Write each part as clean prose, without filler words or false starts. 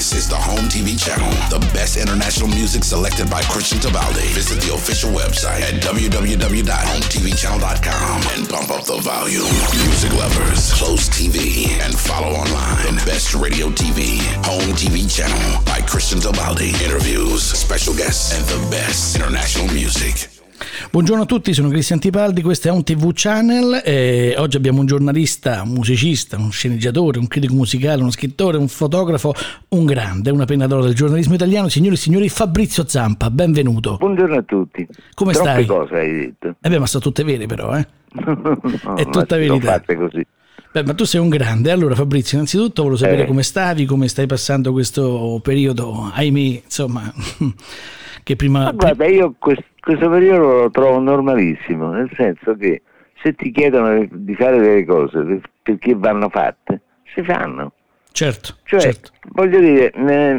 This is the Home TV channel, the best international music selected by Christian Tabaldi. Visit the official website at www.hometvchannel.com and pump up the volume. Music lovers, close TV and follow online. The best radio TV, Home TV channel by Christian Tabaldi. Interviews, special guests, and the best international music. Buongiorno a tutti, sono Cristian Tipaldi, questo è un TV Channel e oggi abbiamo un giornalista, un musicista, un sceneggiatore, un critico musicale, uno scrittore, un fotografo, un grande, una penna d'oro del giornalismo italiano, signori e signori, Fabrizio Zampa, benvenuto. Buongiorno a tutti. Come Troppe stai? Cose hai detto. Ma sono tutte vere però, No, è tutta verità. Sono fatte così. Beh, ma tu sei un grande. Allora Fabrizio, innanzitutto volevo sapere come stavi, come stai passando questo periodo, ahimè, insomma, che prima... Ma guarda, io questo periodo lo trovo normalissimo, nel senso che se ti chiedono di fare delle cose perché vanno fatte, si fanno. Certo, cioè, certo. Voglio dire,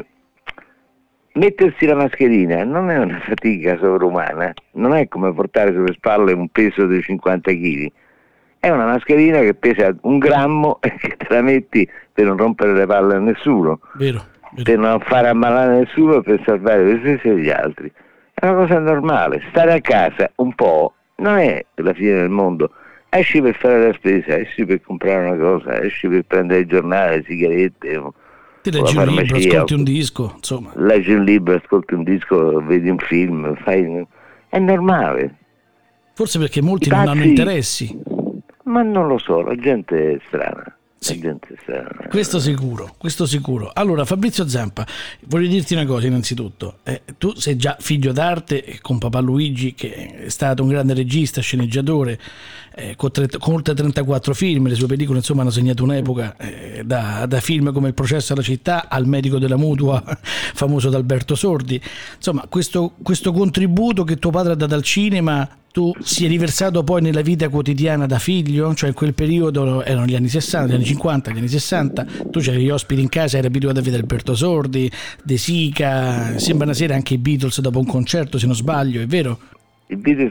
mettersi la mascherina non è una fatica sovrumana, non è come portare sulle spalle un peso di 50 kg. È una mascherina che pesa 1 grammo e che te la metti per non rompere le palle a nessuno, Vero. per non fare ammalare nessuno, per salvare te stessi e gli altri. È una cosa normale. Stare a casa un po' non è la fine del mondo. Esci per fare la spesa, esci per comprare una cosa, esci per prendere il giornale, sigarette, ti leggi un libro, ascolti un disco, insomma. Leggi un libro, ascolti un disco, vedi un film, è normale. Forse perché molti non hanno interessi. Ma non lo so, la gente è strana. Sì. Questo sicuro. Allora Fabrizio Zampa, voglio dirti una cosa innanzitutto, tu sei già figlio d'arte con papà Luigi, che è stato un grande regista, sceneggiatore, con oltre 34 film, le sue pellicole insomma hanno segnato un'epoca, da film come Il processo alla città al Medico della mutua famoso da Alberto Sordi. Insomma, questo contributo che tuo padre ha dato al cinema tu si è riversato poi nella vita quotidiana da figlio? Cioè in quel periodo erano gli anni 60, gli anni 50, gli anni 60, tu c'avevi gli ospiti in casa, eri abituato a vedere Alberto Sordi, De Sica, sembra una sera anche i Beatles dopo un concerto, se non sbaglio, è vero? I Beatles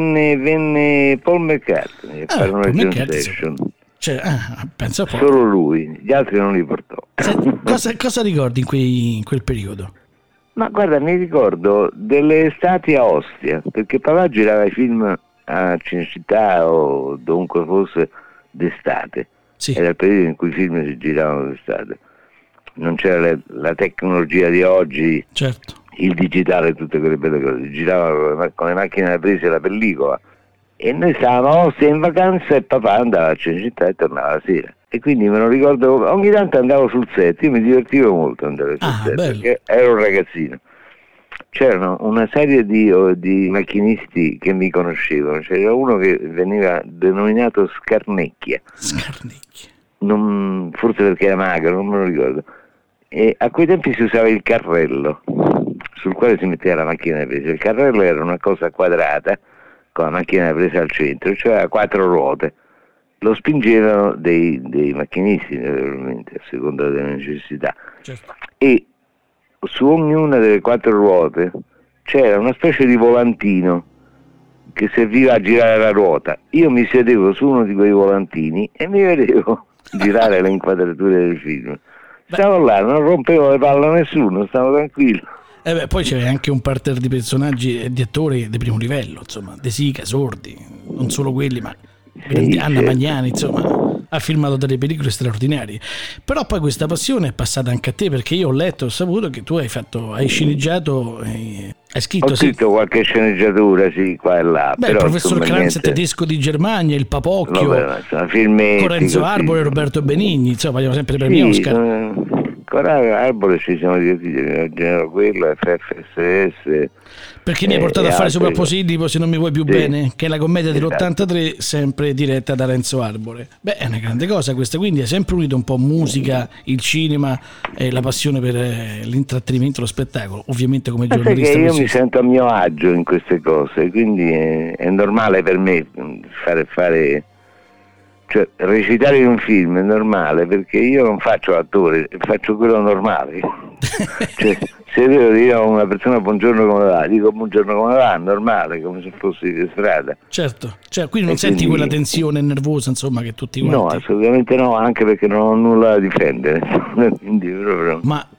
venne Paul McCartney a fare una jam session. Cioè, pensa poi. Solo lui, gli altri non li portò. Cosa ricordi in quel periodo? Ma guarda, mi ricordo delle estati a Ostia, perché papà girava i film a Cinecittà o dovunque fosse d'estate. Sì. Era il periodo in cui i film si giravano d'estate. Non c'era la tecnologia di oggi, certo, il digitale e tutte quelle belle cose. Giravano con le macchine da presa e la pellicola. E noi stavamo a Ostia in vacanza e papà andava a Cinecittà e tornava la sera. E quindi me lo ricordo, ogni tanto andavo sul set, io mi divertivo molto andare sul set, bello. Perché ero un ragazzino. C'erano una serie di macchinisti che mi conoscevano, c'era uno che veniva denominato Scarnecchia. Forse perché era magro, non me lo ricordo. E a quei tempi si usava il carrello, sul quale si metteva la macchina da presa. Il carrello era una cosa quadrata, con la macchina da presa al centro, cioè a 4 ruote. Lo spingevano dei macchinisti, naturalmente, a seconda delle necessità. Certo. E su ognuna delle 4 ruote c'era una specie di volantino che serviva a girare la ruota. Io mi sedevo su uno di quei volantini e mi vedevo girare le inquadrature del film. Stavo là, non rompevo le palle a nessuno, stavo tranquillo. Poi c'è anche un parterre di personaggi e di attori di primo livello, insomma, De Sica, Sordi, non solo quelli, ma Anna certo. Magnani, insomma, ha filmato delle pellicole straordinarie. Però poi questa passione è passata anche a te, perché io ho letto, ho saputo che tu hai sceneggiato, hai scritto. Ho scritto qualche sceneggiatura, sì, qua e là. Beh, però, il professor insomma, Kranz tedesco di Germania, il Papocchio, Corenzo Arbore e Roberto Benigni, insomma, parliamo sempre dei premi Oscar. Con Arbore ci siamo divertiti, quello, FFSS. Perché mi hai portato a fare Soprappositivo, se non mi vuoi più bene, che è la commedia dell'83, sempre diretta da Renzo Arbore. Beh, è una grande cosa questa, quindi hai sempre unito un po' musica, il cinema e la passione per l'intrattenimento, lo spettacolo, ovviamente come giornalista. Perché io mi sento a mio agio in queste cose, quindi è normale per me fare cioè recitare in un film è normale, perché io non faccio l'attore, faccio quello normale. Cioè, se devo dire a una persona buongiorno come va, dico buongiorno come va, normale, come se fossi di strada. Certo, cioè, quindi non senti quella tensione nervosa, insomma, che tutti quanti. No, assolutamente no, anche perché non ho nulla da difendere. Quindi proprio... Ma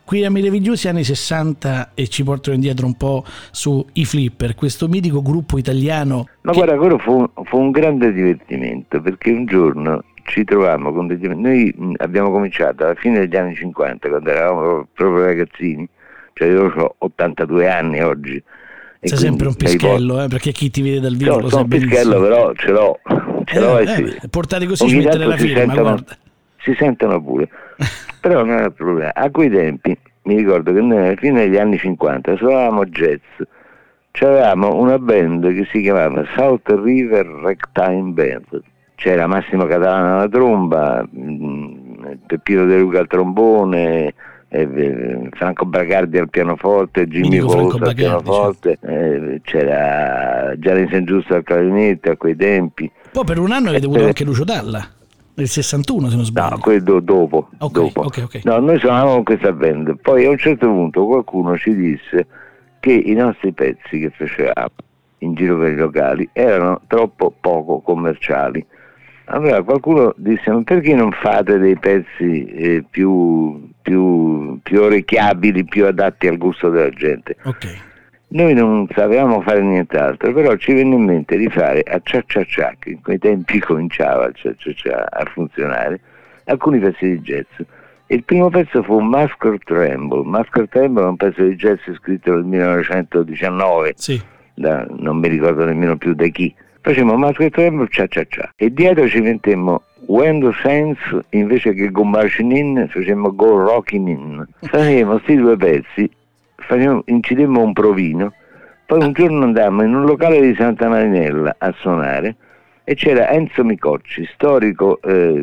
Quei meravigliosi anni 60 e ci portano indietro un po' su I Flipper, questo mitico gruppo italiano. Ma guarda, quello fu un grande divertimento, perché un giorno ci trovammo con noi abbiamo cominciato alla fine degli anni 50, quando eravamo proprio ragazzini, cioè io ho 82 anni oggi. Sei sempre un pischello, perché chi ti vede dal vivo lo sa benissimo. Pischello, però ce l'ho portare così ci mette nella firma, guarda. Si sentono pure, però non è un problema. A quei tempi mi ricordo che noi alla fine degli anni 50 suonavamo jazz, c'avevamo una band che si chiamava South River Ragtime Band, c'era Massimo Catalano alla tromba, Peppino De Luca al trombone, Franco Bracardi al pianoforte, Jimmy Wolf al pianoforte, c'era Gianni Sangiusto al clarinetto a quei tempi. Poi per un anno avete avuto anche Lucio Dalla, nel 61 se non sbaglio. No, quello dopo. Okay. No, noi suonavamo con questa band, poi a un certo punto qualcuno ci disse che i nostri pezzi che facevamo in giro per i locali erano troppo poco commerciali. Allora qualcuno disse: ma perché non fate dei pezzi più orecchiabili, più adatti al gusto della gente? Okay. Noi non sapevamo fare nient'altro, però ci venne in mente di fare a Cia-Cia-Cia, che in quei tempi cominciava Cia-Cia-Cia a funzionare, alcuni pezzi di jazz. Il primo pezzo fu Musk or Tremble. Musk or Tremble è un pezzo di jazz scritto nel 1919, sì. Non mi ricordo nemmeno più da chi. Facemmo Musk or Tremble, Cia-Cia-Cia, e dietro ci mettemmo When the Sense, invece che Go Marching In, facemmo Go Rocking In. Facemmo questi due pezzi, incidemmo un provino, poi un giorno andammo in un locale di Santa Marinella a suonare e c'era Enzo Micocci, storico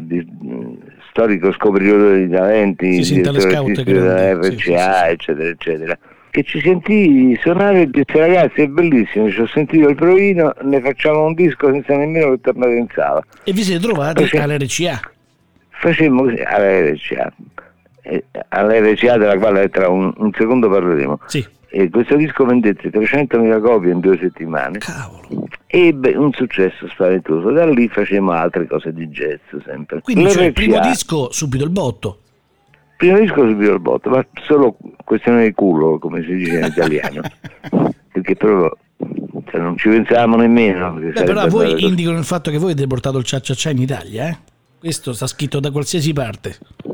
scopritore di talenti, direttore artistico della RCA, eccetera eccetera, che ci sentì suonare e disse: ragazzi, è bellissimo, ci ho sentito il provino, ne facciamo un disco senza nemmeno che tornate in sala. E vi siete trovati all'RCA? Facemmo così all'RCA della quale tra un secondo parleremo. Sì. E questo disco vendette 300.000 copie in 2 settimane. Cavolo. Ebbe un successo spaventoso. Da lì facemmo altre cose di jazz sempre. Quindi cioè, il primo disco subito il botto. Ma solo questione di culo, come si dice in italiano. Perché proprio non ci pensavamo nemmeno. Però voi indicano il fatto che voi avete portato il Cia-Cia-Cia in Italia, eh? Questo sta scritto da qualsiasi parte.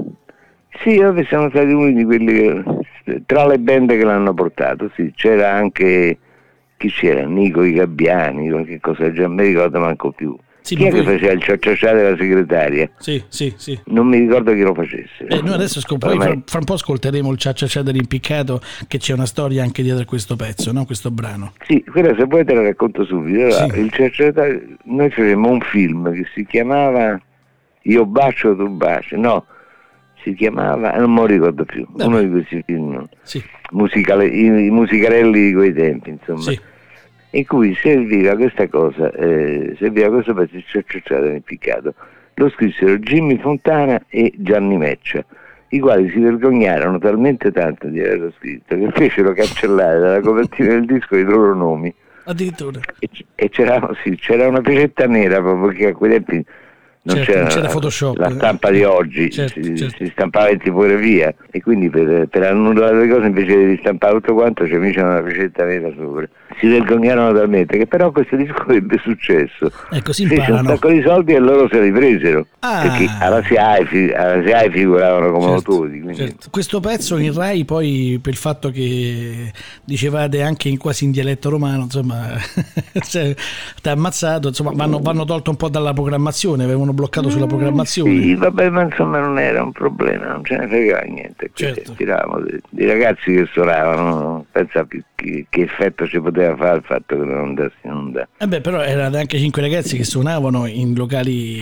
Sì, noi siamo stati uno di quelli che, tra le band che l'hanno portato, sì, c'era anche, chi c'era? Nico I Gabbiani, che cosa, già non mi ricordo manco più. Sì, chi è che faceva il Cia-Cia-Cia della segretaria? Sì. Non mi ricordo chi lo facesse. Noi adesso fra un po' ascolteremo il Cia-Cia-Cia dell'impiccato, che c'è una storia anche dietro a questo pezzo, no? Questo brano. Sì, quella se vuoi te la racconto subito. Allora, sì. Il Cia-Cia-Cia, noi facevamo un film che si chiamava Io bacio tu baci, no, si chiamava, non me lo ricordo più, uno di questi film, sì. I musicalelli di quei tempi, insomma. Sì. In cui serviva questa cosa, serviva questo pezzo di Cia-Cia-Cia dell'impiccato. Lo scrissero Jimmy Fontana e Gianni Meccia, i quali si vergognarono talmente tanto di averlo scritto che fecero cancellare dalla copertina del disco i loro nomi. Addirittura. E c'era una pecetta nera, proprio, che a quei tempi non c'era Photoshop. La stampa di oggi, si stampava in tipografia, e quindi per annullare le cose, invece di ristampare tutto quanto, ci c'era una pecetta nera sopra. Si vergognarono talmente che però questo disco ebbe successo. Così fece un sacco di soldi e loro se li presero, perché alla SIAE figuravano come autori. Certo. Questo pezzo in Rai, poi, per il fatto che dicevate anche quasi in dialetto romano, insomma, t'ha ammazzato, insomma, vanno tolto un po' dalla programmazione, avevano bloccato sulla programmazione. Sì, vabbè, ma insomma non era un problema, non ce ne fregava niente. Certo. Tiravamo dei ragazzi che suonavano, pensa che effetto ci poteva fare il fatto che non andasse in onda. Però erano anche 5 ragazzi che suonavano in locali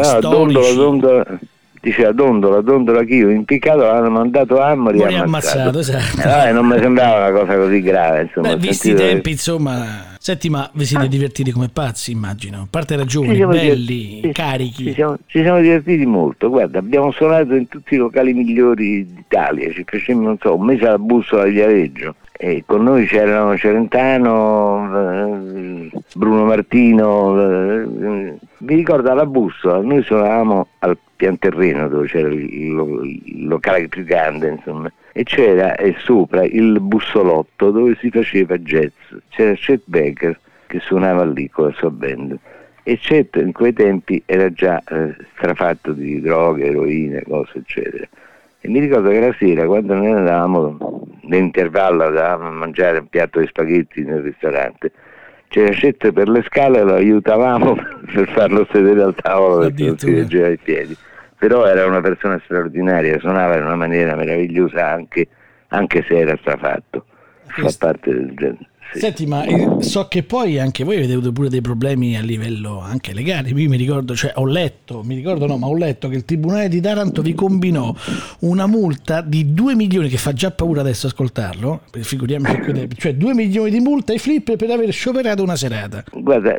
storici. Diceva Dondola che io impiccato l'hanno mandato a morire ammazzato. Esatto. Non mi sembrava una cosa così grave, insomma. Visti i tempi, insomma. Senti, ma vi siete divertiti come pazzi, immagino, a parte ragioni, belli, carichi. Ci siamo divertiti molto. Guarda, abbiamo suonato in tutti i locali migliori d'Italia, ci facemmo, un mese alla Bussola di Viareggio, E con noi c'erano Celentano, Bruno Martino, mi ricordo alla Bussola, noi suonavamo al pian terreno dove c'era il locale più grande, insomma, e c'era sopra il bussolotto dove si faceva jazz, c'era Chet Baker che suonava lì con la sua band, e Chet in quei tempi era già strafatto di droghe, eroina, cose eccetera. E mi ricordo che la sera, quando noi andavamo nell'intervallo, andavamo a mangiare un piatto di spaghetti nel ristorante, c'era Chet per le scale, lo aiutavamo per farlo sedere al tavolo perché non si reggeva i piedi. Però era una persona straordinaria, suonava in una maniera meravigliosa anche se era strafatto. Fa parte del genere. Sì. Senti, ma so che poi anche voi avete avuto pure dei problemi a livello anche legale. Io mi ricordo, ho letto che il Tribunale di Taranto vi combinò una multa di 2 milioni, che fa già paura adesso ascoltarlo, figuriamoci a quei tempi, cioè 2 milioni di multa ai Flipper per aver scioperato una serata. Guarda,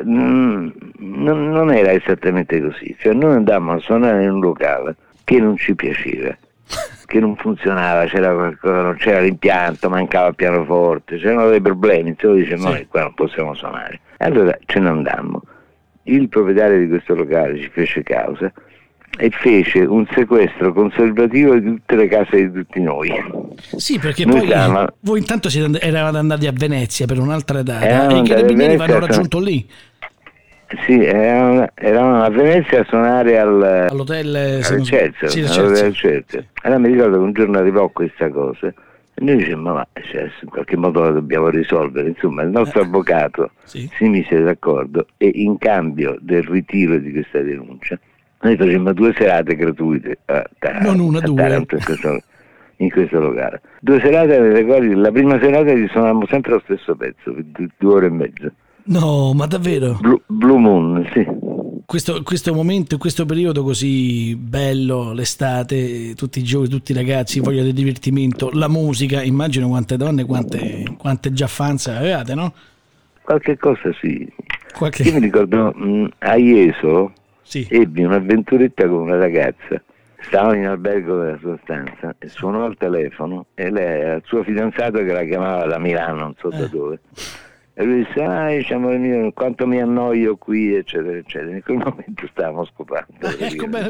non era esattamente così, cioè noi andavamo a suonare in un locale che non ci piaceva, che non funzionava, non c'era l'impianto, mancava il pianoforte, c'erano dei problemi, insomma dice noi qua non possiamo suonare. Allora ce ne andammo. Il proprietario di questo locale ci fece causa e fece un sequestro conservativo di tutte le case di tutti noi. Sì, perché poi voi intanto eravate andati a Venezia per un'altra data e i carabinieri vanno raggiunto lì. Sì, eravamo a Venezia a suonare all'hotel Chelsea. Allora mi ricordo che un giorno arrivò questa cosa e noi dicevamo ma in qualche modo la dobbiamo risolvere. Insomma, il nostro avvocato si mise d'accordo e in cambio del ritiro di questa denuncia noi facemmo 2 serate gratuite a Taranto, in questo locale. 2 serate nelle quali la prima serata ci suonavamo sempre lo stesso pezzo per 2 ore e mezza. No, ma davvero? Blue Moon, sì. Questo momento, questo periodo così bello, l'estate, tutti i giovani, tutti i ragazzi, voglia di divertimento, la musica, immagino quante donne, quante già fans avevate, no? Qualche cosa sì. Io mi ricordo a Jesolo ebbi un'avventuretta con una ragazza, stavo in albergo della sua stanza e suonò al telefono e lei era il suo fidanzato che la chiamava da Milano, non so da dove. E lui disse, diciamo, quanto mi annoio qui, eccetera, eccetera. In quel momento stavamo scopando. Ecco, bene.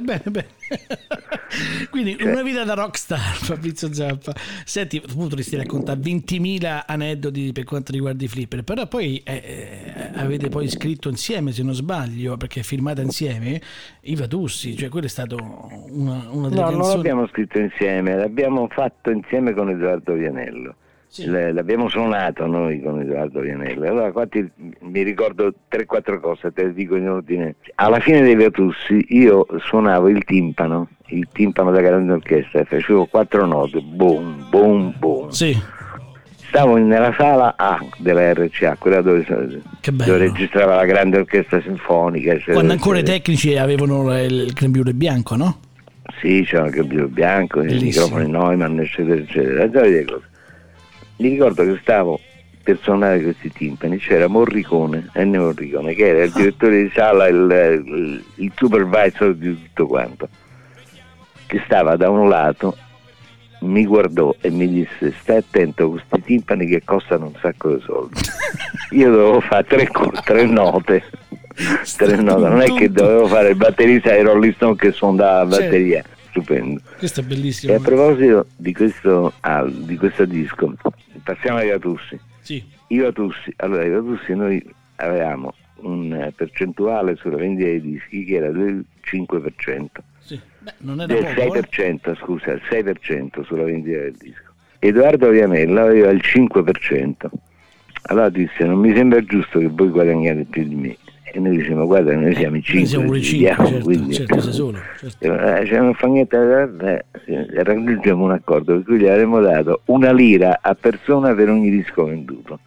Quindi una vita da rockstar, Fabrizio Zampa. Senti, tu potresti raccontare 20.000 aneddoti per quanto riguarda i Flipper, però poi avete poi scritto insieme, se non sbaglio, perché firmate insieme, I Vatussi, cioè quello è stato una delle canzoni... No, non l'abbiamo scritto insieme, l'abbiamo fatto insieme con Edoardo Vianello. Sì. L'abbiamo suonato noi con Edoardo Vianello. Allora mi ricordo 3-4 cose, te le dico in ordine. Alla fine dei Vatussi io suonavo il timpano da grande orchestra, facevo 4 note, boom, boom, boom. Sì. Stavo nella sala A della RCA, quella dove registrava la grande orchestra sinfonica. Quando ancora i tecnici avevano il grembiule bianco, no? Sì, c'era il grembiule bianco, i microfoni Neumann, eccetera, eccetera. Mi ricordo che stavo per suonare questi timpani, c'era Morricone, Ennio Morricone, che era il direttore di sala, il supervisor di tutto quanto, che stava da un lato, mi guardò e mi disse stai attento a questi timpani che costano un sacco di soldi. Io dovevo fare 3 note, non è che dovevo fare il batterista di Rolling Stone che suonava la batteria. Stupendo. Questo è bellissimo. E a proposito di questo disco, passiamo ai Vatussi. Sì. I Vatussi noi avevamo un percentuale sulla vendita dei dischi che era del 5%. Sì. Beh, non era del poco, 6%, scusa, il 6% sulla vendita del disco. Edoardo Vianello aveva il 5%. Allora disse non mi sembra giusto che voi guadagnate più di me. E noi diciamo guarda noi siamo i 5, noi siamo pure 5, quindi certo, solo, certo. Non fa niente, raggiungiamo un accordo per cui gli avremmo dato 1 lira a persona per ogni disco venduto.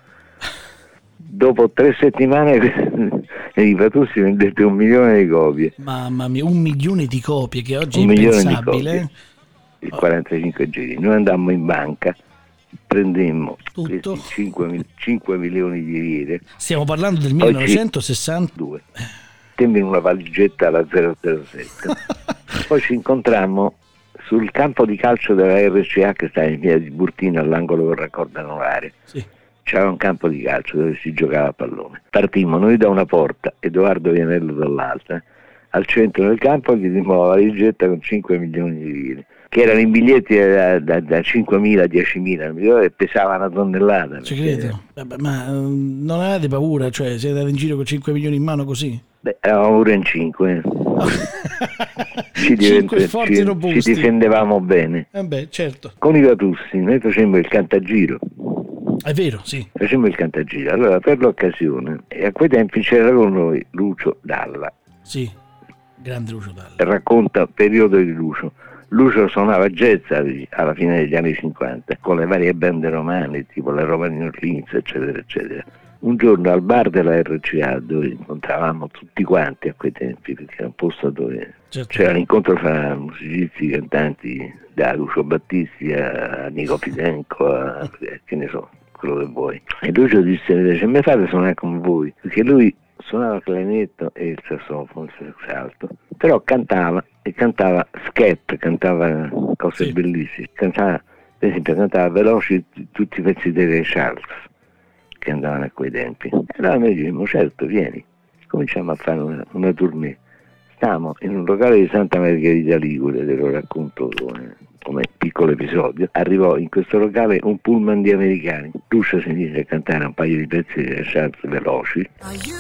Dopo 3 settimane i Vatussi vendette 1 milione di copie. Mamma mia, 1 milione di copie, che oggi è impensabile. Il 45 giri. Noi andammo in banca, prendemmo tutto. 5 milioni di lire. Stiamo parlando del 1962. Temmi in una valigetta alla 007. Poi ci incontrammo sul campo di calcio della RCA che sta in via di Burtino all'angolo con raccordo anulare. Sì. C'era un campo di calcio dove si giocava a pallone. Partimmo noi da una porta, Edoardo Vianello dall'altra. Al centro del campo gli dimmo la valigetta con 5 milioni di lire, che erano in biglietti da 5.000 a 10.000, e pesava una tonnellata. Ci credo. Ma non avete paura? Cioè, siete andati in giro con 5 milioni in mano così? Beh, eravamo pure in 5. Ci difendevamo bene. Certo. Con i Vatussi noi facemmo il cantagiro. È vero, sì. Facemmo il cantagiro. Allora, per l'occasione, e a quei tempi c'era con noi Lucio Dalla. Sì, grande Lucio Dalla. Racconta periodo di Lucio. Lucio suonava jazz alla fine degli anni 50 con le varie bande romane, tipo la Roma New Orleans, eccetera, eccetera. Un giorno al bar della RCA, dove incontravamo tutti quanti a quei tempi, perché era un posto dove c'era l'incontro fra musicisti, cantanti, da Lucio Battisti a Nico Fidenco, che ne so, quello che vuoi. E Lucio disse: mi fate suonare con voi, perché lui suonava il clarinetto e il sassofono, il sax alto, però cantava scat, cantava cose bellissime, cantava, per esempio, cantava veloci tutti i pezzi dei Ray Charles che andavano a quei tempi. E allora noi dicevamo: certo, vieni, cominciamo a fare una tournée. Stiamo in un locale di Santa Margherita Ligure, te lo racconto come piccolo episodio. Arrivò in questo locale un pullman di americani. Lucio si mise a cantare un paio di pezzi di Charles veloci.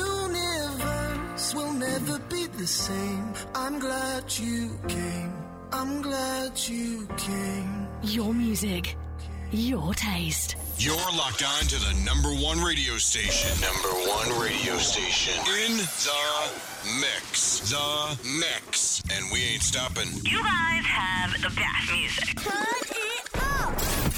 Your music, your taste. You're locked on to the number one radio station. Number one radio station. In the mix. The mix. And we ain't stopping. You guys have the best music. Turn it up.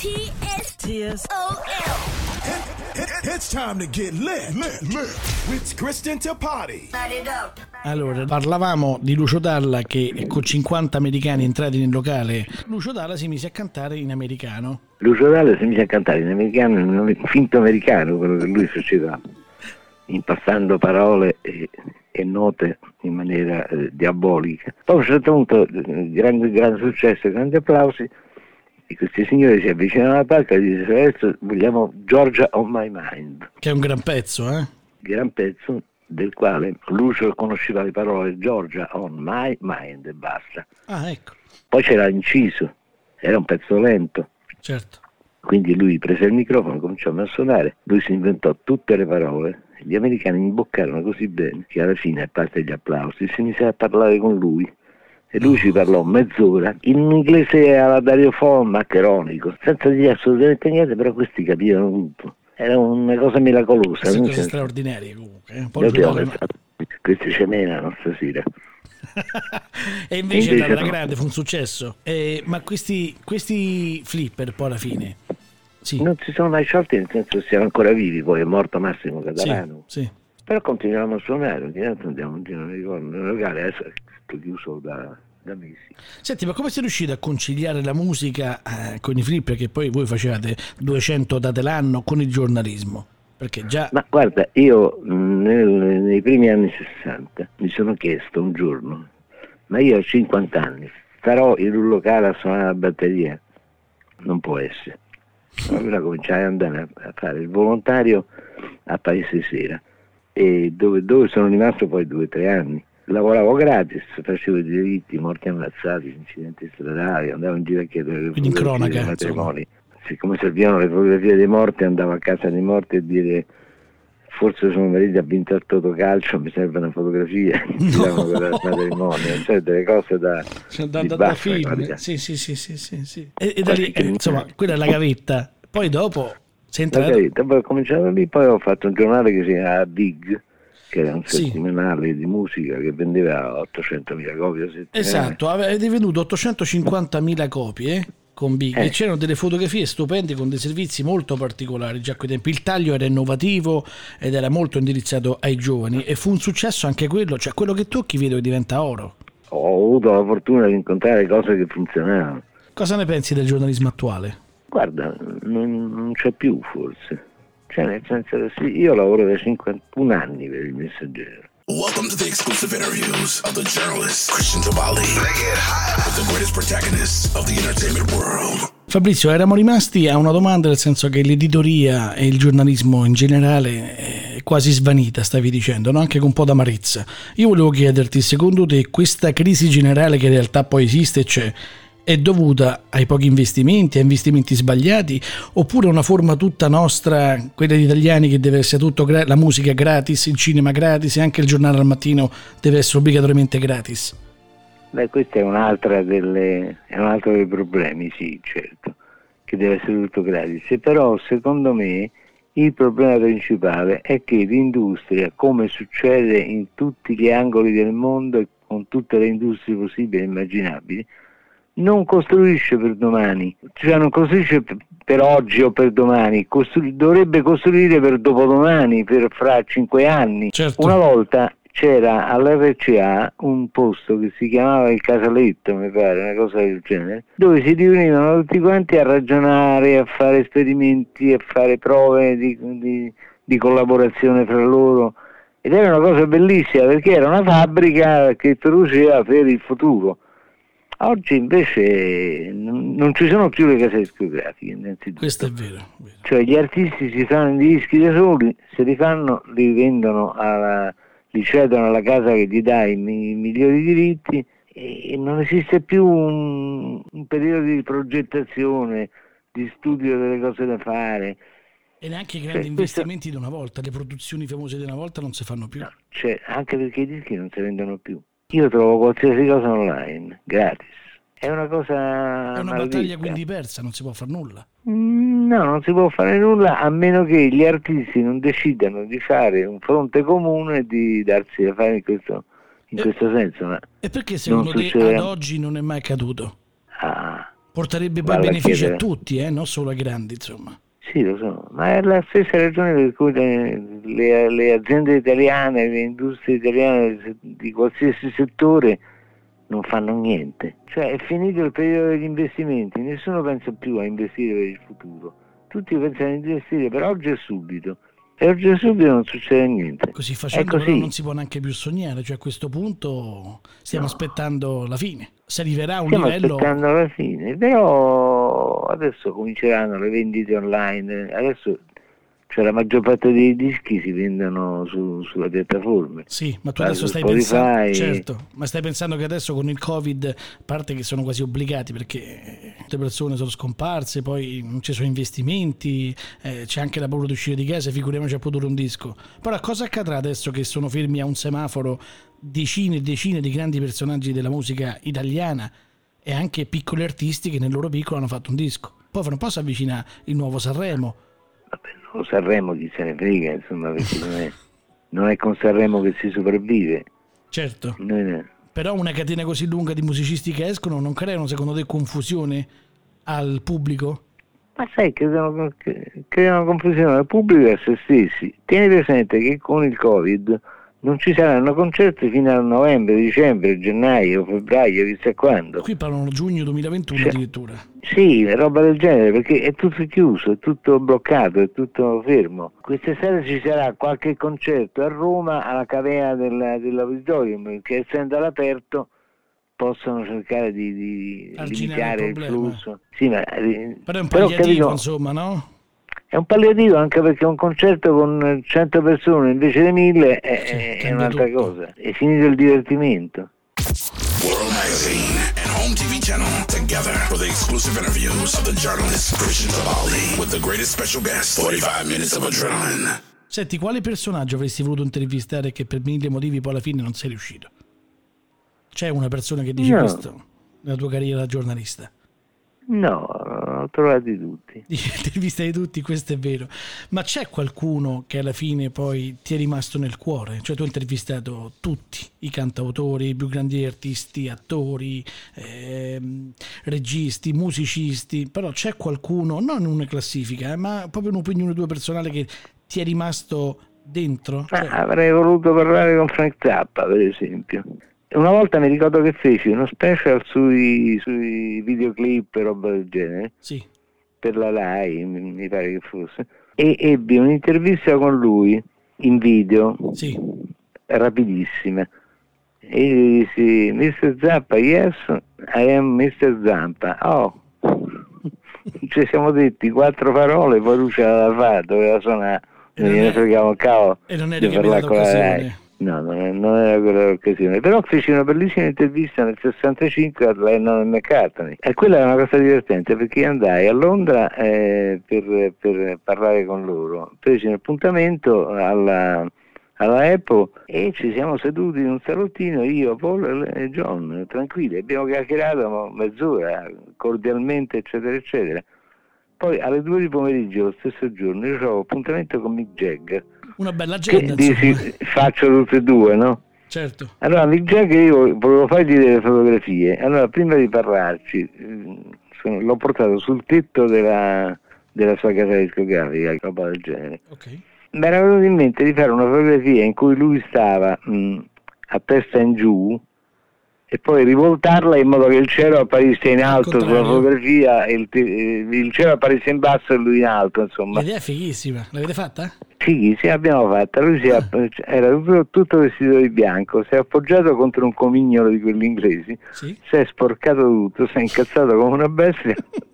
TSOL. It's time to get lit with Kristen Tapati. Allora, parlavamo di Lucio Dalla che con 50 americani entrati nel locale, Lucio Dalla si mise a cantare in americano. Lucio Dalla si mise a cantare in americano, in un finto americano, quello che lui faceva, impastando parole e note in maniera diabolica. Poi a un certo punto, grande successo, grandi applausi, e questi signori si avvicinano alla palca e dicono: adesso vogliamo Georgia on My Mind. Che è un gran pezzo, Gran pezzo del quale Lucio conosceva le parole Georgia on My Mind e basta. Ah, ecco. Poi c'era inciso, era un pezzo lento. Certo. Quindi lui prese il microfono, cominciamo a suonare, lui si inventò tutte le parole, gli americani imboccarono così bene che alla fine, a parte gli applausi, si mise a parlare con lui. E lui ci parlò mezz'ora in un inglese alla Dario Fo maccheronico, senza dire assolutamente niente, però questi capivano tutto. Era una cosa miracolosa. Sono cose straordinarie comunque. Questi ce n'erano stasera. E invece alla grande fu un successo. Ma questi flipper poi alla fine non si sono mai sciolti, nel senso che siamo ancora vivi. Poi è morto Massimo Catalano. Sì. Però continuiamo a suonare, ogni tanto andiamo in giro, non ricordo, nel locale adesso è tutto chiuso da mesi. Senti, ma come sei riuscito a conciliare la musica con i flipper, che poi voi facevate 200 date l'anno, con il giornalismo? Perché già... Ma guarda, io nei primi anni 60 mi sono chiesto un giorno: ma io ho 50 anni, starò in un locale a suonare la batteria? Non può essere. Allora cominciai ad andare a fare il volontario a Paese Sera, e dove sono rimasto poi 2 o 3 anni. Lavoravo gratis, facevo i diritti, morti ammazzati, incidenti stradali, andavo in giro a chiedere le fotografie dei matrimoni. Siccome servivano le fotografie dei morti, andavo a casa dei morti a dire: forse suo marito ha vinto al Totocalcio, mi serve una fotografia. No. Per il matrimonio, cioè delle cose da film. Sì. E da lì, insomma, quella è la gavetta. Poi dopo sei entrato... Poi ho cominciato lì, poi ho fatto un giornale che si chiama Big, che era un settimanale di musica che vendeva 800.000 copie a settimana. Esatto, avete venduto 850.000 copie con Big, e c'erano delle fotografie stupende con dei servizi molto particolari già a quei tempi. Il taglio era innovativo ed era molto indirizzato ai giovani, e fu un successo anche quello, cioè quello che tocchi vedo che diventa oro. Ho avuto la fortuna di incontrare cose che funzionavano. Cosa ne pensi del giornalismo attuale? Guarda, non c'è più forse. Cioè, nel senso che io lavoro da 51 anni per il Messaggero. Welcome to the exclusive interviews of the journalist Christian Tobaldi with the greatest protagonists of the entertainment world. Fabrizio, eravamo rimasti a una domanda, nel senso che l'editoria e il giornalismo in generale è quasi svanita, stavi dicendo, no? Anche con un po' d'amarezza. Io volevo chiederti, secondo te questa crisi generale che in realtà poi esiste e c'è, è dovuta ai pochi investimenti, a investimenti sbagliati, oppure una forma tutta nostra, quella di italiani, che deve essere tutto la musica gratis, il cinema gratis e anche il giornale al mattino deve essere obbligatoriamente gratis? Beh, questo è un altro dei problemi, sì, certo, che deve essere tutto gratis. Però secondo me il problema principale è che l'industria, come succede in tutti gli angoli del mondo e con tutte le industrie possibili e immaginabili, non costruisce per domani, cioè non costruisce per oggi o per domani, dovrebbe costruire per dopodomani, per fra 5 anni. Certo. Una volta c'era all'RCA un posto che si chiamava il Casaletto, mi pare, una cosa del genere, dove si riunivano tutti quanti a ragionare, a fare esperimenti, a fare prove di collaborazione fra loro, ed era una cosa bellissima perché era una fabbrica che produceva per il futuro. Oggi invece non ci sono più le case discografiche, innanzitutto. Questo è vero. Cioè gli artisti si fanno i dischi da soli, se li fanno li vendono li cedono alla casa che gli dà i migliori diritti, e non esiste più un periodo di progettazione, di studio delle cose da fare. E neanche i grandi investimenti di una volta, le produzioni famose di una volta non si fanno più. No, anche perché i dischi non si vendono più. Io trovo qualsiasi cosa online, gratis. È una cosa È una maledetta. battaglia quindi persa, non si può fare nulla. No, non si può fare nulla a meno che gli artisti non decidano di fare un fronte comune e di darsi da fare in questo senso. Ma e perché secondo te ad oggi non è mai accaduto? Porterebbe poi benefici a tutti, non solo ai grandi, insomma. Sì, lo so, ma è la stessa ragione per cui le aziende italiane, le industrie italiane di qualsiasi settore non fanno niente. Cioè è finito il periodo degli investimenti, nessuno pensa più a investire per il futuro. Tutti pensano a investire per oggi e subito. E oggi e subito non succede niente. Così facendo però non si può neanche più sognare, cioè a questo punto stiamo aspettando la fine. Si arriverà a un livello... Stiamo aspettando la fine, però adesso cominceranno le vendite online, adesso la maggior parte dei dischi si vendono sulle piattaforme. Sì, ma tu adesso stai pensando, certo, ma stai pensando che adesso con il Covid, a parte che sono quasi obbligati perché le persone sono scomparse, poi non ci sono investimenti, c'è anche la paura di uscire di casa, figuriamoci a produrre un disco. Però cosa accadrà adesso che sono fermi a un semaforo decine e decine di grandi personaggi della musica italiana e anche piccoli artisti che nel loro piccolo hanno fatto un disco? Poi fra un po' si avvicina il nuovo Sanremo. Vabbè, Sanremo chi se ne frega, insomma, perché non è con Sanremo che si sopravvive. Certo. Però una catena così lunga di musicisti che escono non creano, secondo te, confusione al pubblico? Ma sai, creano confusione al pubblico e a se stessi. Tieni presente che con il Covid non ci saranno concerti fino a novembre, dicembre, gennaio, febbraio, chissà quando. Qui parlano giugno 2021 addirittura. Sì, roba del genere, perché è tutto chiuso, è tutto bloccato, è tutto fermo. Quest'estate ci sarà qualche concerto a Roma alla cavea dell'auditorium, che essendo all'aperto possono cercare di limitare il flusso. Sì, ma, però è un palliativo, insomma, no? È un palliativo, anche perché un concerto con 100 persone invece di 1000 è un'altra cosa. È finito il divertimento. World Magazine and Home TV Channel together for the exclusive interviews of the journalist Christian Tobaldi with the greatest special guest, 45 minutes of adrenaline. Senti, quale personaggio avresti voluto intervistare che per mille motivi poi alla fine non sei riuscito? C'è una persona che dice questo nella tua carriera da giornalista? No, ho trovati tutti. Intervistai tutti, questo è vero. Ma c'è qualcuno che alla fine poi ti è rimasto nel cuore? Cioè tu hai intervistato tutti i cantautori, i più grandi artisti, attori, registi, musicisti, però c'è qualcuno, non in una classifica, ma proprio un'opinione tua personale che ti è rimasto dentro? Cioè... Avrei voluto parlare con Frank Zappa, per esempio. Una volta mi ricordo che feci uno special sui videoclip e roba del genere, sì, per la Rai, mi pare che fosse, e ebbi un'intervista con lui in video, sì, rapidissima. E io dissi: Mr. Zappa, yes, I am Mr. Zappa. Oh, ci siamo detti 4 parole, poi lui ce l'aveva fatta, doveva suonare, non gliene fregava un cavolo. E non di eri parlare capitato con la Rai. occasione. No, non era quella l'occasione, però feci una bellissima intervista nel 65 a Lennon e McCartney, e quella era una cosa divertente, perché andai a Londra per parlare con loro, feci un appuntamento alla Apple e ci siamo seduti in un salottino, io, Paul e John, tranquilli, abbiamo chiacchierato mezz'ora, cordialmente, eccetera, eccetera. Poi alle 2 di pomeriggio lo stesso giorno io avevo appuntamento con Mick Jagger. Una bella agenda, Che dici, faccio tutte e due, no? Certo. Allora Mick Jagger, io volevo fargli delle fotografie, allora prima di parlarci l'ho portato sul tetto della sua casa discografica, roba del genere. Ok. Mi era venuto in mente di fare una fotografia in cui lui stava a testa in giù e poi rivoltarla in modo che il cielo apparisse in alto sulla fotografia e il cielo apparisse in basso e lui in alto, insomma. L'idea è fighissima, l'avete fatta? Sì, l'abbiamo fatta. Lui era tutto vestito di bianco, si è appoggiato contro un comignolo di quelli inglesi, Sì. si è sporcato tutto, si è incazzato come una bestia.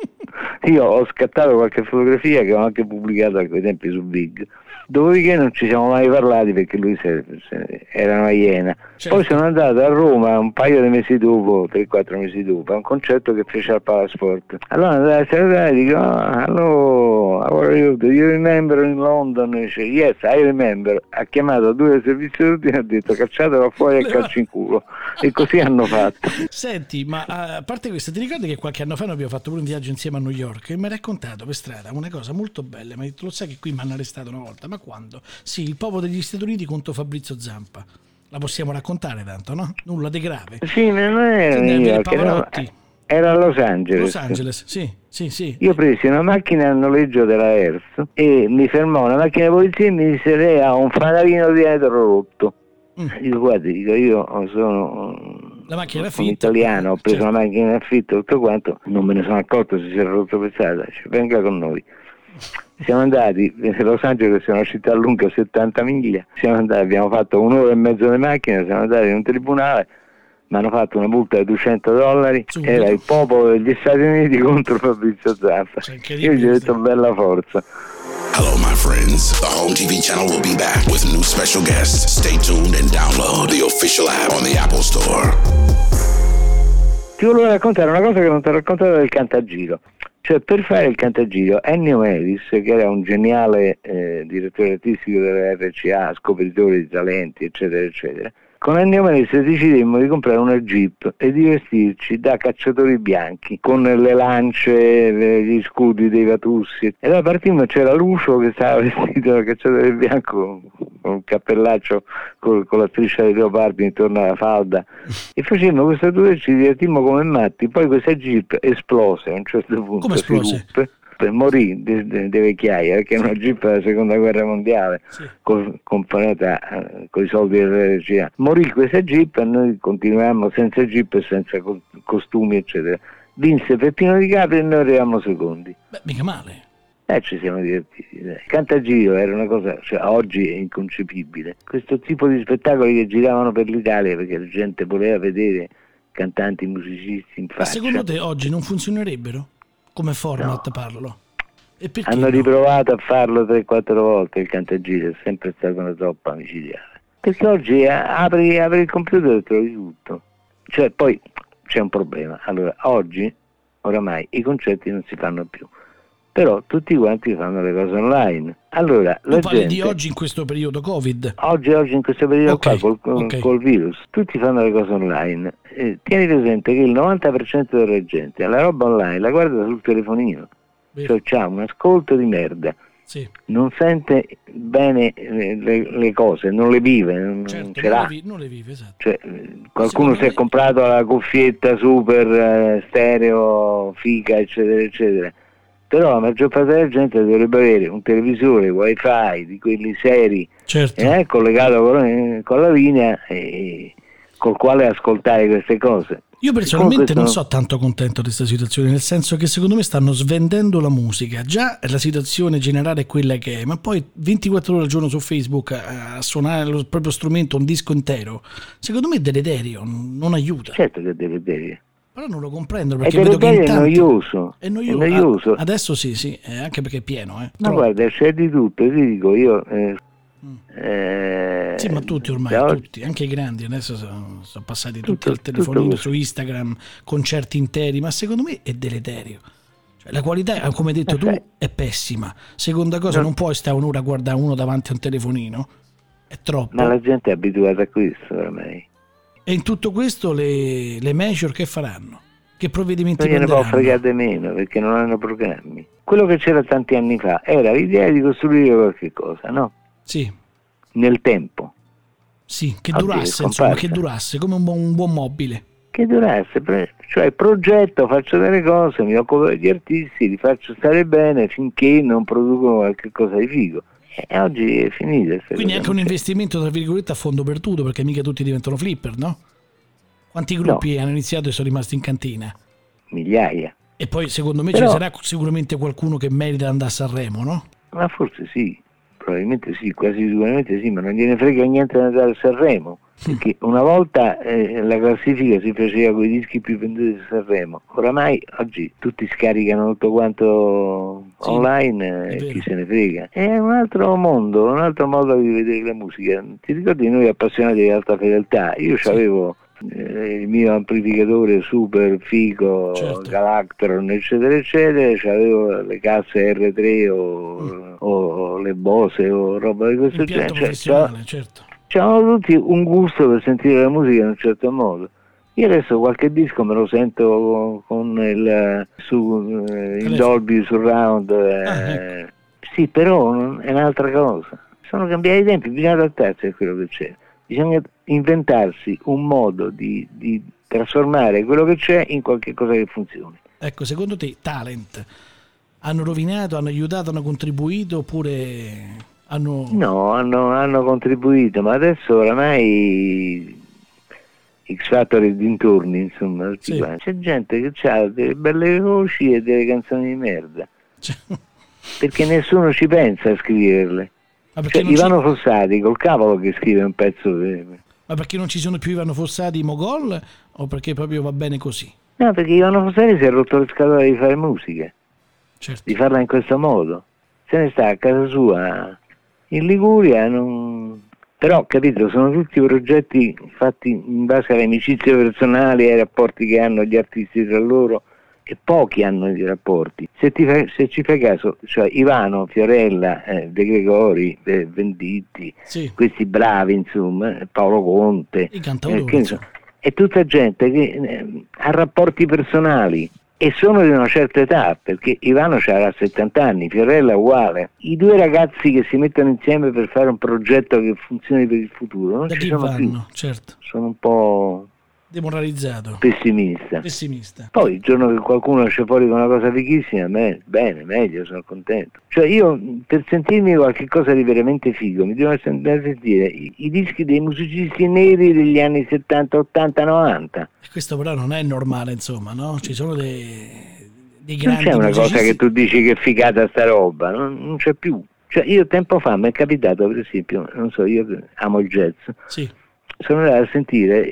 Io ho scattato qualche fotografia che ho anche pubblicato a quei tempi su Big. Dopodiché non ci siamo mai parlati perché lui era una iena. Certo. Poi sono andato a Roma un paio di mesi dopo, 3-4 mesi dopo, a un concerto che fece al Palasport. Allora andai a salutare e dico: hello, how are you? Do you remember in London? E dice: yes, I remember. Ha chiamato 2 del servizio d'ordine e ha detto: cacciatelo fuori e calcio in culo. E così hanno fatto. Senti, ma a parte questo, ti ricordi che qualche anno fa noi abbiamo fatto pure un viaggio insieme a New York e mi hai raccontato per strada una cosa molto bella? Mi hai detto: lo sai che qui mi hanno arrestato una volta? Ma quando? Sì, il popolo degli Stati Uniti contro Fabrizio Zampa. La possiamo raccontare tanto, no? Nulla di grave. Sì, ma non era New York, era a Los Angeles. Los Angeles, sì. Io presi una macchina a noleggio della Hertz e mi fermò una macchina di polizia e mi disse: lei ha un fanalino dietro rotto. Io guardi, io sono la macchina un affitto, italiano, ho preso una macchina in affitto, tutto quanto, non me ne sono accorto se si era rotto per strada, venga con noi. Siamo andati, Los Angeles è una città lunga 70 miglia, siamo andati, abbiamo fatto 1 ora e mezzo di macchina, siamo andati in un tribunale, mi hanno fatto una multa di $200, subito. Era il popolo degli Stati Uniti contro Fabrizio Zampa. Io gli ho detto: bella forza. Hello, my friends. The Home TV channel will be back with new special guests. Stay tuned and download the official app on the Apple Store. Ti volevo raccontare una cosa che non ti ho raccontato del Cantagiro. Cioè, per fare il Cantagiro, Ennio Melis, che era un geniale direttore artistico della RCA, scopritore di talenti, eccetera, eccetera, con Ennio Melis decidemmo di comprare una Jeep e di vestirci da cacciatori bianchi, con le lance, gli scudi dei Vatussi. E allora partimmo e c'era Lucio che stava vestito da cacciatore bianco, con un cappellaccio con la striscia di leopardi intorno alla falda, e facemmo questa tour e ci divertimmo come matti. Poi questa Jeep esplose a un certo punto. Come esplose? Morì di vecchiaia, perché è una Jeep della seconda guerra mondiale, Sì. comprata con i soldi dell'RCA. Morì questa Jeep e noi continuammo senza Jeep e senza costumi, eccetera. Vinse Peppino Di Capri e noi arrivavamo secondi. Beh, mica male. Ci siamo divertiti. Cantagiro era una cosa, cioè, oggi è inconcepibile. Questo tipo di spettacoli che giravano per l'Italia perché la gente voleva vedere cantanti, musicisti in Ma faccia. secondo te oggi non funzionerebbero? Come format parlo. E perché Hanno no? riprovato a farlo 3-4 volte il Cantagiro, è sempre stata una troppa micidiale. Perché oggi apri il computer e trovi tutto. Cioè, poi c'è un problema. Allora, oggi, oramai, i concerti non si fanno più. Però tutti quanti fanno le cose online. Allora, tu la parli gente, di oggi in questo periodo Covid? Oggi in questo periodo Ok, qua col virus, tutti fanno le cose online. Tieni presente che il 90% della gente la roba online la guarda sul telefonino. Vero. Cioè c'ha un ascolto di merda, Sì. non sente bene le cose, non le vive, non Certo, ce l'ha. non le vive, esatto. Cioè, qualcuno si è comprato la cuffietta super stereo, figa, eccetera, eccetera. Però la maggior parte della gente dovrebbe avere un televisore wifi di quelli seri, Certo. collegato con la linea e col quale ascoltare queste cose. Io personalmente non sono tanto contento di questa situazione, nel senso che secondo me stanno svendendo la musica. Già la situazione generale è quella che è, ma poi 24 ore al giorno su Facebook a suonare il proprio strumento, un disco intero, secondo me è deleterio, non aiuta. Certo che è deleterio. Però non lo comprendo, perché vedo che è noioso. È noioso. Adesso sì, anche perché è pieno. Ma guarda, c'è di tutto, ti dico io... sì, ma tutti ormai, tutti, anche i grandi adesso sono passati tutti al telefonino, su Instagram, concerti interi, ma secondo me è deleterio. Cioè, la qualità, come hai detto tu, è pessima. Seconda cosa, non puoi stare un'ora a guardare uno davanti a un telefonino, è troppo. Ma la gente è abituata a questo ormai. E in tutto questo le major che faranno? Che provvedimenti non prenderanno? Non gliene può fregare meno, perché non hanno programmi. Quello che c'era tanti anni fa era l'idea di costruire qualche cosa, no? Sì. Nel tempo. Sì, che durasse, insomma, che durasse, come un buon mobile. Che durasse, cioè progetto, faccio delle cose, mi occupo degli artisti, li faccio stare bene finché non producono qualche cosa di figo. E oggi è finita. Quindi anche un investimento, tra virgolette, a fondo perduto, perché mica tutti diventano flipper, no? Quanti gruppi hanno iniziato e sono rimasti in cantina? Migliaia. E poi secondo me ci sarà sicuramente qualcuno che merita di andare a Sanremo, no? Ma forse sì, probabilmente sì, quasi sicuramente sì, ma non gliene frega niente di andare a Sanremo, perché una volta la classifica si faceva con i dischi più venduti di Sanremo, oramai oggi tutti scaricano tutto quanto online e chi se ne frega. È un altro mondo, un altro modo di vedere la musica. Ti ricordi noi appassionati di alta fedeltà? Io c'avevo il mio amplificatore super figo, Galactron eccetera eccetera, c'avevo le casse R3 o le Bose o roba di questo genere, c'avevano tutti un gusto per sentire la musica in un certo modo. Io adesso qualche disco me lo sento con il Dolby Surround, sì, però è un'altra cosa, sono cambiati i tempi, bisogna adattarsi a quello che c'è. Bisogna inventarsi un modo di trasformare quello che c'è in qualche cosa che funzioni. Ecco, secondo te Talent hanno rovinato, hanno aiutato, hanno contribuito oppure hanno... No, hanno contribuito, ma adesso oramai X Factor e dintorni, insomma, c'è gente che ha delle belle voci e delle canzoni di merda, perché nessuno ci pensa a scriverle. Cioè, Ivano Fossati col cavolo che scrive un pezzo. Ma perché non ci sono più Ivano Fossati Mogol o perché proprio va bene così? No, perché Ivano Fossati si è rotto le scatole di fare musica, di farla in questo modo. Se ne sta a casa sua in Liguria, però capito, sono tutti progetti fatti in base alle amicizie personali e ai rapporti che hanno gli artisti tra loro, e pochi hanno i rapporti. Se ci fai caso, cioè Ivano, Fiorella, De Gregori, Venditti, questi bravi, insomma, Paolo Conte, i cantautori, è tutta gente che ha rapporti personali e sono di una certa età, perché Ivano avrà 70 anni, Fiorella uguale. I due ragazzi che si mettono insieme per fare un progetto che funzioni per il futuro non ci sono più. Sono un po' demoralizzato, pessimista. Poi il giorno che qualcuno esce fuori con una cosa fighissima, bene, meglio, sono contento. Cioè io, per sentirmi qualche cosa di veramente figo, mi devo sentire i dischi dei musicisti neri degli anni 70, 80, 90. E questo però non è normale, insomma, no? Ci sono dei grandi non c'è una musicisti. Cosa che tu dici che è figata sta roba, non c'è più. Cioè io tempo fa mi è capitato, per esempio, non so, io amo il jazz, sono andato a sentire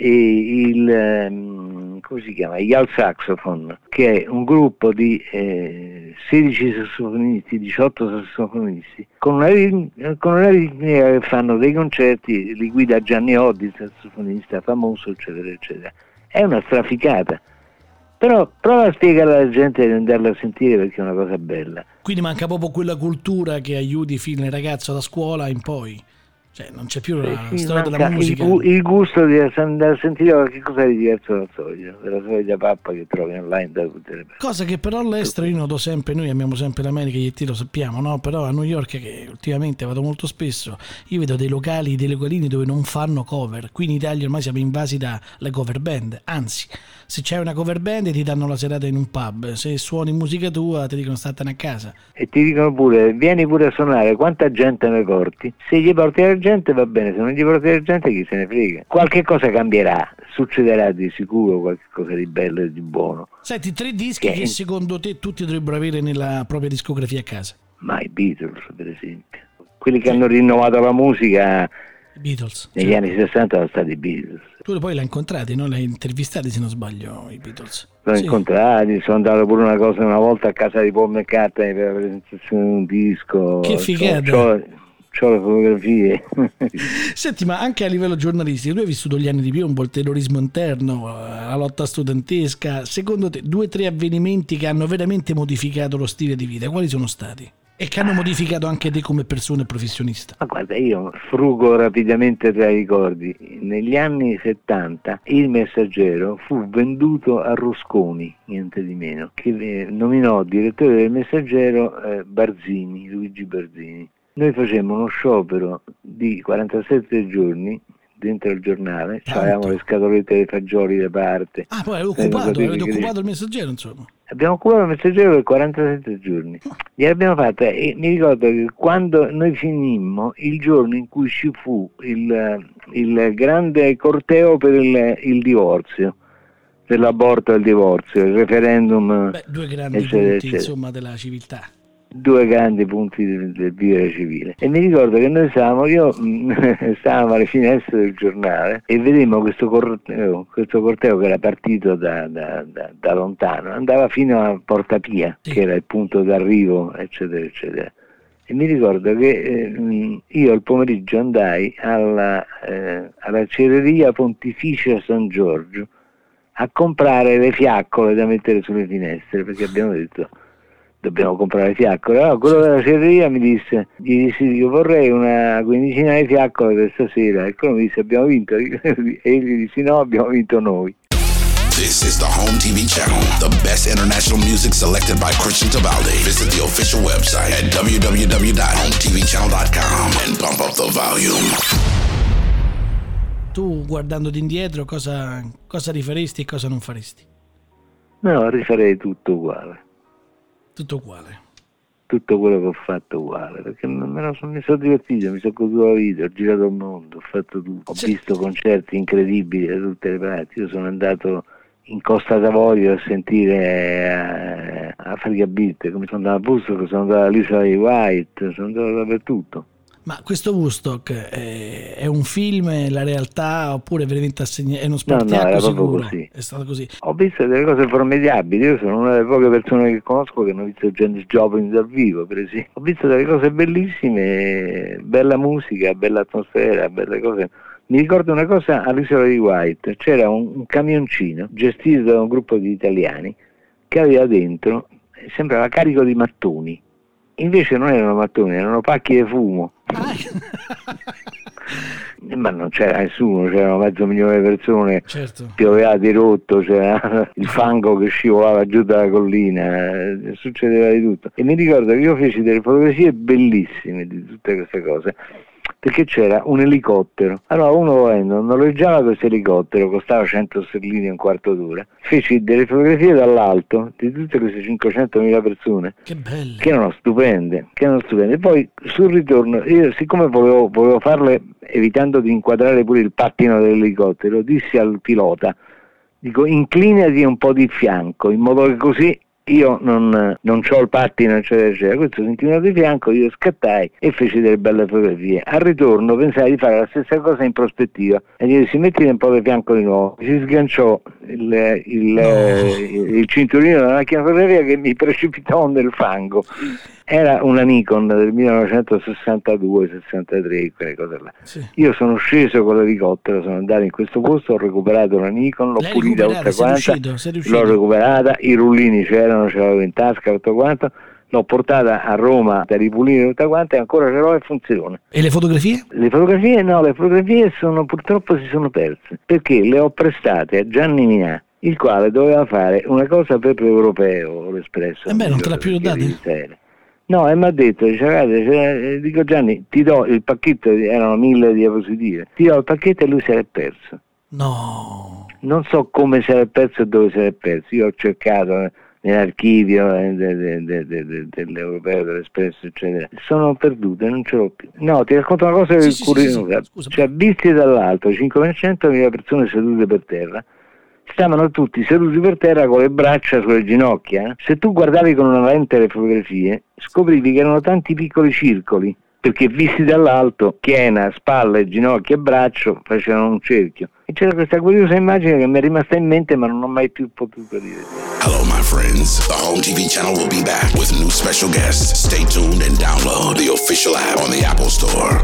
come si chiama? Gli All Saxophone, che è un gruppo di 16 sassofonisti, 18 sassofonisti, con una ritmica che fanno dei concerti, li guida Gianni Oddi, sassofonista famoso, eccetera, eccetera. È una straficata. Però prova a spiegare alla gente di andarla a sentire, perché è una cosa bella. Quindi manca proprio quella cultura che aiuti il ragazzo da scuola in poi. Cioè non c'è più la storia della musica. Il gusto di andare a sentire qualche cosa di diverso dal solito, della solita pappa che trovi online da tutte le parti. Cosa che però all'estero io noto sempre, noi amiamo sempre l'America, gli lo sappiamo, no? Però a New York, che ultimamente vado molto spesso, io vedo dei localini dove non fanno cover. Qui in Italia ormai siamo invasi dalle cover band, anzi Se c'è una cover band ti danno la serata in un pub, se suoni musica tua ti dicono statene a casa. E ti dicono pure, vieni pure a suonare, quanta gente ne porti? Se gli porti la gente va bene, se non gli porti la gente chi se ne frega. Qualche cosa cambierà, succederà di sicuro qualche cosa di bello e di buono. Senti, 3 dischi che secondo te tutti dovrebbero avere nella propria discografia a casa. Ma i Beatles, per esempio. Quelli che hanno rinnovato la musica Beatles, negli anni 60 sono stati i Beatles. Tu poi l'hai incontrati, no? L'hai intervistati se non sbaglio, i Beatles. L'ho incontrati, sono andato pure una volta a casa di Paul McCartney per la presentazione di un disco. Che figata! C'ho le fotografie. Senti, ma anche a livello giornalistico, tu hai vissuto gli anni di piombo, il terrorismo interno, la lotta studentesca. Secondo te 2 o 3 avvenimenti che hanno veramente modificato lo stile di vita, quali sono stati? E che hanno modificato anche te come persona e professionista? Ma guarda, io frugo rapidamente tra i ricordi. Negli anni 70 il Messaggero fu venduto a Rusconi, niente di meno, che nominò direttore del Messaggero Barzini, Luigi Barzini. Noi facemmo uno sciopero di 47 giorni dentro il giornale, avevamo le scatolette dei fagioli da parte. Ah, poi avete occupato il Messaggero, insomma. Abbiamo occupato il Messaggero per 47 giorni. Gliel'abbiamo fatta e mi ricordo che quando noi finimmo, il giorno in cui ci fu il grande corteo per il divorzio, per l'aborto e il divorzio, il referendum. Beh, 2 grandi punti, insomma, della civiltà. 2 grandi punti del vivere civile. E mi ricordo che noi stavamo alle finestre del giornale e vedemmo questo corteo che era partito da lontano, andava fino a Porta Pia, che era il punto d'arrivo, eccetera, eccetera. E mi ricordo che io al pomeriggio andai alla Acciaieria Pontificia San Giorgio a comprare le fiaccole da mettere sulle finestre, perché abbiamo detto dobbiamo comprare fiaccole. Allora quello della acciaieria gli dissi vorrei una quindicina di fiaccole per stasera, e quello mi disse abbiamo vinto, e io gli dissi no, abbiamo vinto noi. This is the Home TV channel, the best international music selected by Christian Tabaldi. Visit the official website at www.hometvchannel.com and bump up the volume. Tu, guardandoti indietro, cosa rifaresti e cosa non faresti? No, rifarei tutto uguale. Tutto uguale. Tutto quello che ho fatto uguale, perché mi sono divertito, mi sono goduto la vita, ho girato il mondo, ho fatto tutto, ho visto concerti incredibili da tutte le parti. Io sono andato in Costa d'Avorio a sentire a Frigabit, come sono andato a Woodstock, sono andato all'isola di White, sono andato dappertutto. Ma questo Woodstock è un film, è la realtà, oppure veramente è uno spartiacque? No, era sicuro? proprio così. È stato così. Ho visto delle cose formidabili, io sono una delle poche persone che conosco che hanno visto Janis Joplin dal vivo, per esempio. Ho visto delle cose bellissime, bella musica, bella atmosfera, belle cose. Mi ricordo una cosa all'isola di White, c'era un camioncino gestito da un gruppo di italiani che aveva dentro, sembrava carico di mattoni. Invece non erano mattoni, erano pacchi di fumo. Ma non c'era nessuno, c'erano 500.000 persone, certo. Pioveva di rotto, c'era il fango che scivolava giù dalla collina, succedeva di tutto. E mi ricordo che io feci delle fotografie bellissime di tutte queste cose, perché c'era un elicottero. Allora uno noleggiava questo elicottero, costava 100 sterline un quarto d'ora, feci delle fotografie dall'alto di tutte queste 500.000 persone, che belle, che erano stupende. Poi sul ritorno, io siccome volevo farle evitando di inquadrare pure il pattino dell'elicottero, dissi al pilota, dico inclinati un po' di fianco, in modo che così io non c'ho il pattino, eccetera, eccetera. Questo si inclinò di fianco, io scattai e feci delle belle fotografie. Al ritorno pensai di fare la stessa cosa in prospettiva e gli dissi mettiti un po' di fianco di nuovo. Si sganciò il cinturino della macchina fotografia che mi precipitò nel fango. Era una Nikon del 1962-63, quelle cose là. Sì. Io sono sceso con l'elicottero, sono andato in questo posto, ho recuperato la Nikon, l'ho pulita tutta quanta, l'ho recuperata, i rullini ce l'avevo in tasca, tutto quanto, l'ho portata a Roma da ripulire tutta quanta e ancora ce l'ho e funziona. E le fotografie? Le fotografie purtroppo si sono perse, perché le ho prestate a Gianni Minà, il quale doveva fare una cosa per l'Europeo, l'Espresso. Non te l'ha più date? No, e mi ha detto, dico Gianni, ti do il pacchetto, erano 1000 diapositive, ti do il pacchetto e lui si è perso. No. non so come si è perso e dove si è perso. Io ho cercato nell'archivio dell'Europeo, dell'Espresso, eccetera. Sono perdute, non ce l'ho più. No, ti racconto una cosa curiosa. Cioè, visti dall'alto, 500.000 persone sedute per terra, stavano tutti seduti per terra con le braccia sulle ginocchia. Se tu guardavi con una lente le fotografie, scoprivi che erano tanti piccoli circoli, perché visti dall'alto, schiena, spalle, ginocchia e braccio facevano un cerchio. E c'era questa curiosa immagine che mi è rimasta in mente, ma non ho mai più potuto rivedere. Hello, my friends. The Home TV channel will be back with new special guests. Stay tuned and download the official app on the Apple Store.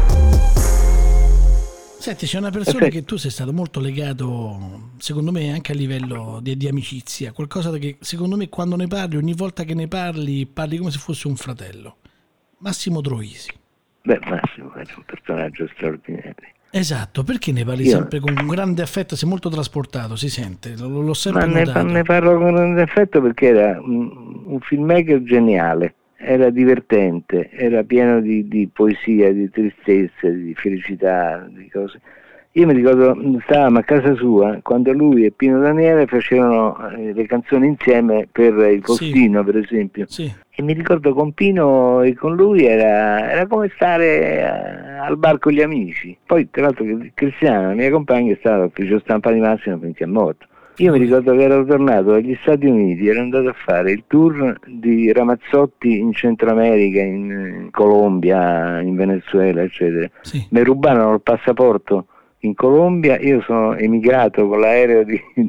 Senti, c'è una persona che tu sei stato molto legato, secondo me, anche a livello di amicizia, qualcosa che secondo me quando ne parli, ogni volta che ne parli come se fosse un fratello. Massimo Troisi. Beh, Massimo è un personaggio straordinario. Esatto, perché ne parli sempre con un grande affetto, sei molto trasportato, si sente, l'ho sempre notato. Ne parlo con grande affetto perché era un filmmaker geniale. Era divertente, era pieno di poesia, di tristezza, di felicità, di cose. Io mi ricordo, stavamo a casa sua quando lui e Pino Daniele facevano le canzoni insieme per il Postino, per esempio. Sì. E mi ricordo con Pino e con lui era come stare al bar con gli amici. Poi, tra l'altro, Cristiana, la mia compagna, è stata all'ufficio stampa di Massimo finché è morto. Io mi ricordo che ero tornato dagli Stati Uniti, ero andato a fare il tour di Ramazzotti in Centro America, in Colombia, in Venezuela, eccetera. Sì. Mi rubarono il passaporto in Colombia, io sono emigrato con l'aereo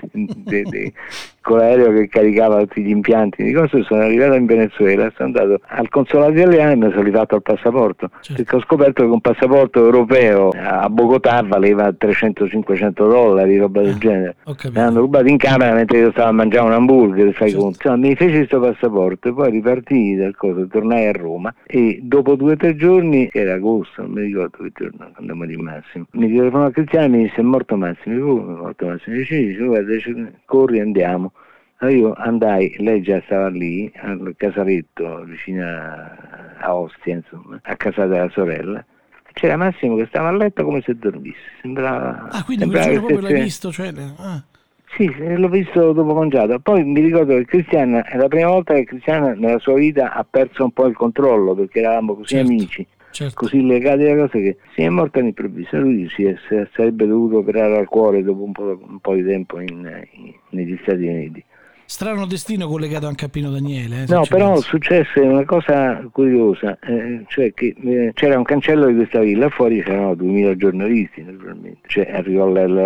con l'aereo che caricava tutti gli impianti di cose, sono arrivato in Venezuela, sono andato al consolato italiano e mi sono rifatto il passaporto, perché ho scoperto che un passaporto europeo a Bogotà valeva $300-500, roba del genere. Mi hanno rubato in camera mentre io stavo a mangiare un hamburger, fai conto. Insomma, mi feci questo passaporto e poi ripartii dal coso, tornai a Roma e dopo 2 o 3 giorni, che era agosto, non mi ricordo che giorno, quando morì Massimo, mi telefonò a Cristiano e mi disse: è morto Massimo. Io, come è morto Massimo? Dice, guarda, corri, andiamo. Allora io andai, lei già stava lì, al casaletto vicino a Ostia, insomma, a casa della sorella. C'era Massimo che stava a letto come se dormisse. Sembrava. Ah, quindi quel giorno proprio l'hai visto? Cioè, Sì, l'ho visto dopo mangiato. Poi mi ricordo che Cristiana, è la prima volta che Cristiana nella sua vita ha perso un po' il controllo, perché eravamo così amici. Così legati alle cose, che si è morta all'improvviso. Lui sarebbe dovuto operare al cuore dopo un po' di tempo negli Stati Uniti. Strano destino collegato anche a Pino Daniele. No, però successe una cosa curiosa, cioè che c'era un cancello di questa villa, fuori c'erano 2000 giornalisti naturalmente, cioè arrivò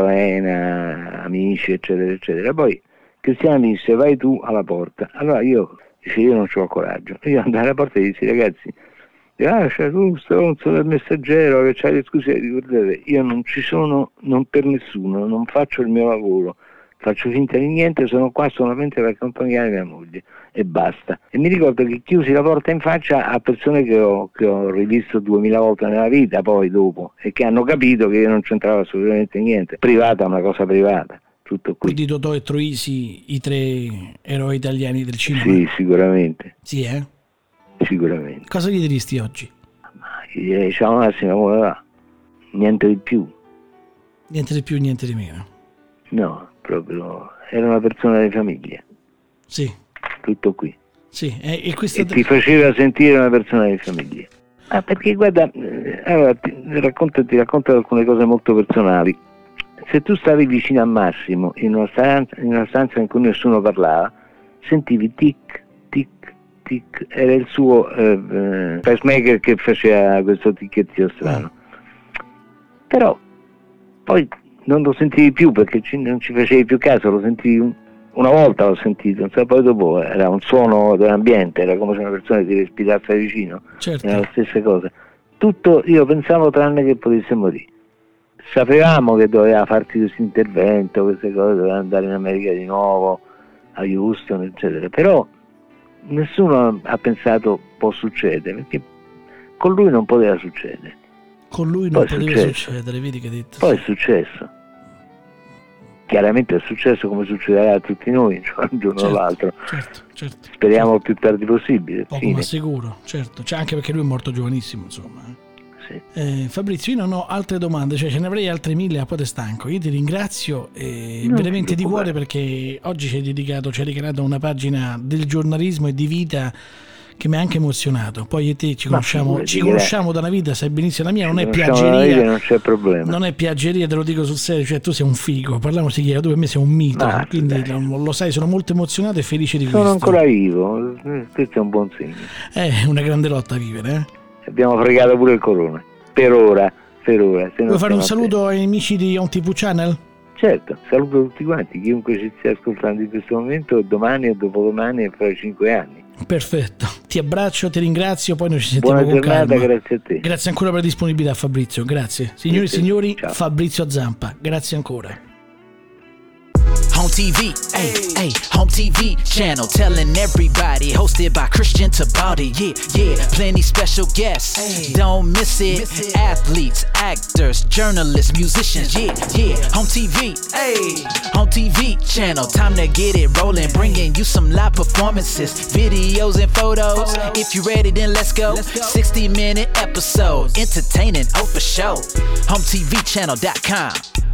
Lorena, amici, eccetera, eccetera. Poi Cristiano mi disse: vai tu alla porta. Allora io non c'ho coraggio. Io andai alla porta e dissi: ragazzi, c'è tu stronzo del Messaggero che c'hai le scuse, ricordate, io non ci sono, non per nessuno, non faccio il mio lavoro, faccio finta di niente, sono qua solamente per accompagnare mia moglie e basta. E mi ricordo che chiusi la porta in faccia a persone che ho rivisto 2000 volte nella vita poi dopo, e che hanno capito che io non c'entravo assolutamente niente, privata è una cosa privata, tutto qui. Quindi Totò e Troisi, i 3 eroi italiani del cinema? Sì, sicuramente. Sì, Sicuramente. Cosa gli diresti oggi? Ma gli direi: ciao Massimo, come va? Niente di più. Niente di più, niente di meno. No, proprio era una persona di famiglia. Sì. Tutto qui. Sì, e ti faceva sentire una persona di famiglia. Ah, perché guarda, allora ti racconto alcune cose molto personali. Se tu stavi vicino a Massimo in una stanza in cui nessuno parlava, sentivi tic, tic, tic, era il suo pacemaker che faceva questo ticchettio strano. Però poi non lo sentivi più perché non ci facevi più caso, lo sentivi una volta, l'ho sentito, poi dopo era un suono dell'ambiente, era come se una persona ti respirasse vicino, era la stessa cosa. Tutto, io pensavo tranne che potesse morire. Sapevamo che doveva farsi questo intervento, queste cose, doveva andare in America di nuovo, a Houston, eccetera, però nessuno ha pensato può succedere, perché con lui non poteva succedere. Con lui non poteva succedere, vedi che hai detto. Poi è successo. Chiaramente è successo come succederà a tutti noi, cioè un giorno o l'altro. Certo. Speriamo il più tardi possibile. Poco ma sicuro, certo. Anche perché lui è morto giovanissimo, insomma. sì. Fabrizio, io non ho altre domande, cioè ce ne avrei altre 1000, a poi te stanco. Io ti ringrazio veramente di cuore, perché oggi ci hai regalato una pagina del giornalismo e di vita che mi ha anche emozionato. Poi io e te ci conosciamo da una vita, sai benissimo, la mia non è piaggeria, non c'è problema. Non è piaggeria, te lo dico sul serio, cioè tu sei un figo, parliamoci chiaro, tu per me sei un mito, quindi lo sai, sono molto emozionato e felice di questo. Sono ancora vivo, questo è un buon segno. È una grande lotta a vivere, Abbiamo fregato pure il corona, per ora. Vuoi fare un saluto ai amici di On TV Channel? Certo, saluto tutti quanti, chiunque ci stia ascoltando in questo momento, domani o dopodomani e fra 5 anni. Perfetto, ti abbraccio, ti ringrazio, poi noi ci sentiamo. Buona con giornata, calma. grazie a te. Grazie ancora per la disponibilità, Fabrizio, grazie. Signori e signori, ciao. Fabrizio Zampa, grazie ancora. Home TV, hey, Home TV channel, telling everybody, hosted by Christian Tabaudi, yeah, plenty special guests, don't miss it, athletes, actors, journalists, musicians, yeah, Home TV, Home TV channel, time to get it rolling, bringing you some live performances, videos and photos, if you ready then let's go, 60-minute episode, entertaining, for show, HomeTVchannel.com.